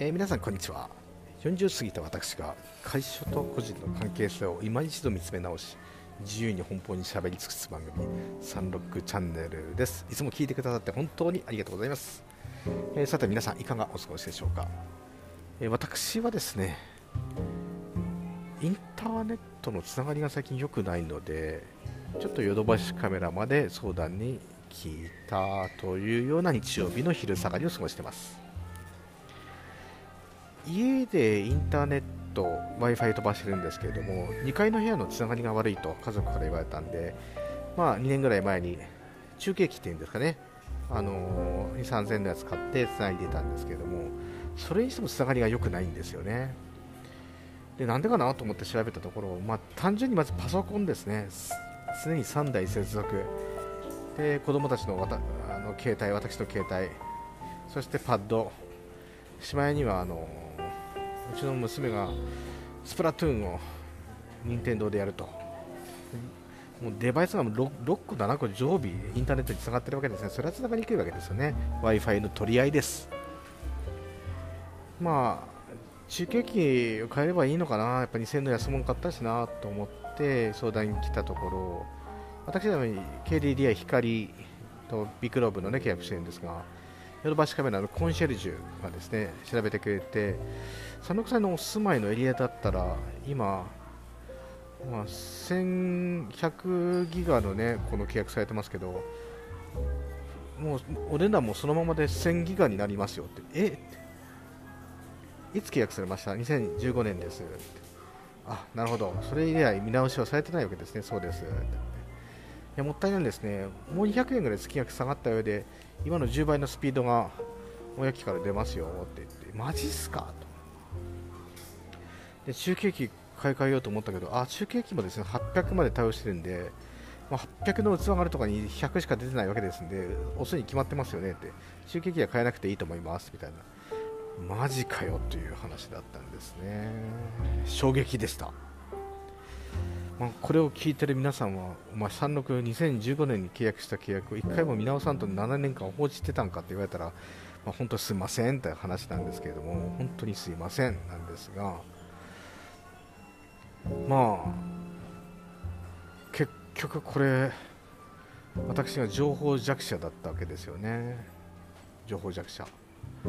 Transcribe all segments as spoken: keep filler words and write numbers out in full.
えー皆さんこんにちは。よんじゅう過ぎた私が会社と個人の関係性を今一度見つめ直し、自由に奔放に喋り尽くす番組サンロックチャンネルです。いつも聞いてくださって本当にありがとうございます。えーさて皆さんいかがお過ごしでしょうか。えー私はですね、インターネットのつながりが最近良くないので、ちょっとヨドバシカメラまで相談に来たというような日曜日の昼下がりを過ごしています。家でインターネット Wi-Fi 飛ばしてるんですけれども、にかいの部屋のつながりが悪いと家族から言われたんで、まあにねんぐらい前に中継機っていうんですかね、あのー、に、さんぜんのやつ買ってつないでたんですけれども、それにしてもつながりが良くないんですよね。で、なんでかなと思って調べたところ、まあ、単純にまずパソコンですね。常にさんだい接続で、子供たちのわたあの携帯、私の携帯、そしてパッド、しまいにはあのうちの娘がスプラトゥーンを任天堂でやると、もうデバイスが ろっこななこ常備インターネットにつながってるわけですね。それはつながりにくいわけですよね。 Wi-Fi の取り合いです。まあ中継機を変えればいいのかな、やっぱにせんえんの安物買ったしなと思って相談に来たところ、私は ケーディーディーアイ 光とビッグローブの、ね、契約してるんですが、ヨドバシカメラのコンシェルジュがですね調べてくれて、三六さんのお住まいのエリアだったら今、まあ、せんひゃくギガのねこの契約されてますけど、もうお値段もそのままでせんギガになりますよって。えっていつ契約されました？にせんじゅうごねんですって。あ、なるほど、それ以来見直しはされてないわけですね。そうですって。いや、もったいないんですね。もうにひゃくえんぐらい月額下がった上で今のじゅうばいのスピードが親機から出ますよって言って、マジっすかと。で、中継機買い替えようと思ったけど、あ、中継機もですねはっぴゃくまで対応してるんで、まあ、はっぴゃくの器があるとかにひゃくしか出てないわけですんで、遅いに決まってますよねって、中継機は買えなくていいと思いますみたいな、マジかよという話だったんですね。衝撃でした。まあ、これを聞いてる皆さんは、お前さんろくにせんじゅうごねんに契約した契約をいっかいも見直さんとななねんかん放置してたんかって言われたら、まあ、本当すいませんという話なんですけれども、本当にすいませんなんですが、まあ結局これ私が情報弱者だったわけですよね。情報弱者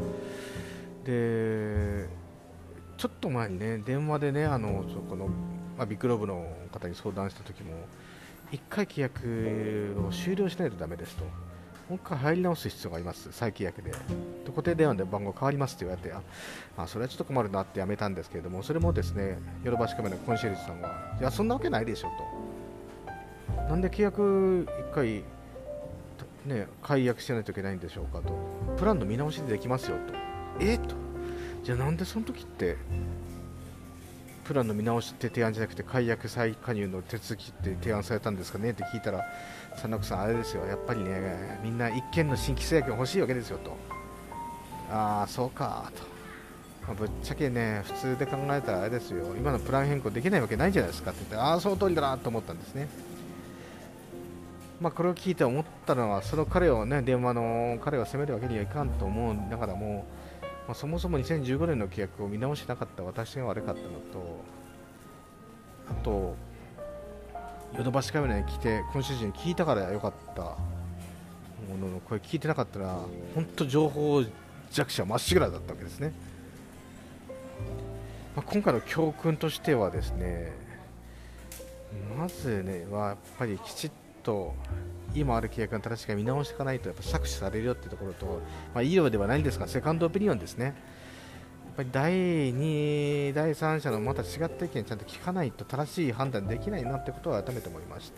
で、ちょっと前にね電話でね、あのそこの、まあ、ビッグローブの方に相談した時も、いっかい契約を終了しないとダメですと、もう一回入り直す必要があります、再契約で。で、固定電話で番号変わりますって言われて、あ、まあ、それはちょっと困るなってやめたんですけれども、それもですねヨドバシカメラのコンシェルジュさんが、いやそんなわけないでしょと、なんで契約いっかい、ね、解約しないといけないんでしょうかと、プランの見直しでできますよと。えっと、じゃあなんでその時ってプランの見直しって提案じゃなくて解約再加入の手続きって提案されたんですかねって聞いたら、三六さんあれですよ、やっぱりねみんな一件の新規制約が欲しいわけですよと。ああそうかと、まあ、ぶっちゃけね普通で考えたらあれですよ、今のプラン変更できないわけないじゃないですかって言って、ああその通りだなと思ったんですね。まあこれを聞いて思ったのは、その彼をね電話の彼を責めるわけにはいかんと思いながらも、まあ、そもそもにせんじゅうごねんの契約を見直してなかった私が悪かったのと、あとヨドバシカメラに来て今シーズン聞いたからよかったものの、これ聞いてなかったら本当情報弱者まっしぐらだったわけですね。まあ、今回の教訓としてはですね、まずねはやっぱりきちっと今ある契約の正しく見直していかないとやっぱ搾取されるよってところと、まあ、医療ではないんですがセカンドオピニオンですね。やっぱりだいに、だいさん者のまた違った意見ちゃんと聞かないと正しい判断できないなってことを改めて思いました。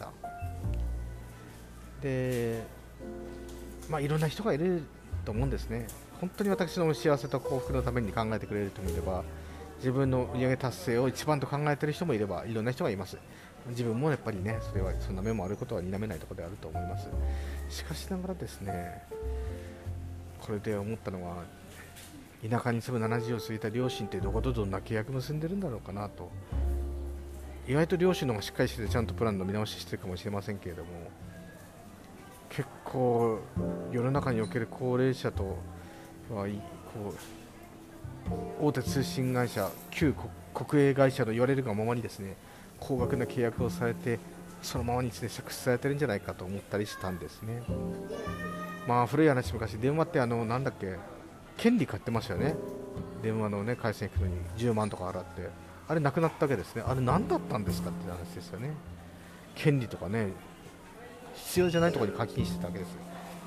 で、まあ、いろんな人がいると思うんですね。本当に私の幸せと幸福のために考えてくれる人もいれば、自分の売上達成を一番と考えている人もいれば、いろんな人がいます。自分もやっぱりね、それはそんな面もあることは否めないところであると思います。しかしながらですね、これで思ったのは、田舎に住むななじゅうを過ぎた両親ってどことどんな契約結んでるんだろうかなと。意外と両親の方がしっかりしててちゃんとプランの見直ししてるかもしれませんけれども、結構世の中における高齢者とはいこ大手通信会社、旧国営会社の言われるがままにですね、高額な契約をされて、そのままにですね、搾取されてるんじゃないかと思ったりしたんですね。まあ古い話、昔電話ってあのなんだっけ、権利買ってましたよね。電話のね、回線行くのにじゅうまんとか払って、あれなくなったわけですね。あれ何だったんですかって話ですよね。権利とかね、必要じゃないところに課金してたわけですよ。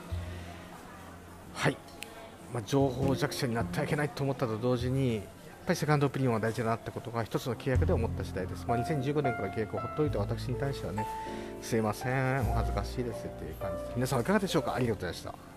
はい、まあ、情報弱者になってはいけないと思ったと同時に、やっぱりセカンドオピニオンは大事だなってことが一つの契約で思った次第です。まあ、にせんじゅうごねんから契約をほっといて、私に対してはね、すいません、お恥ずかしいですっていう感じです。皆さんいかがでしょうか。ありがとうございました。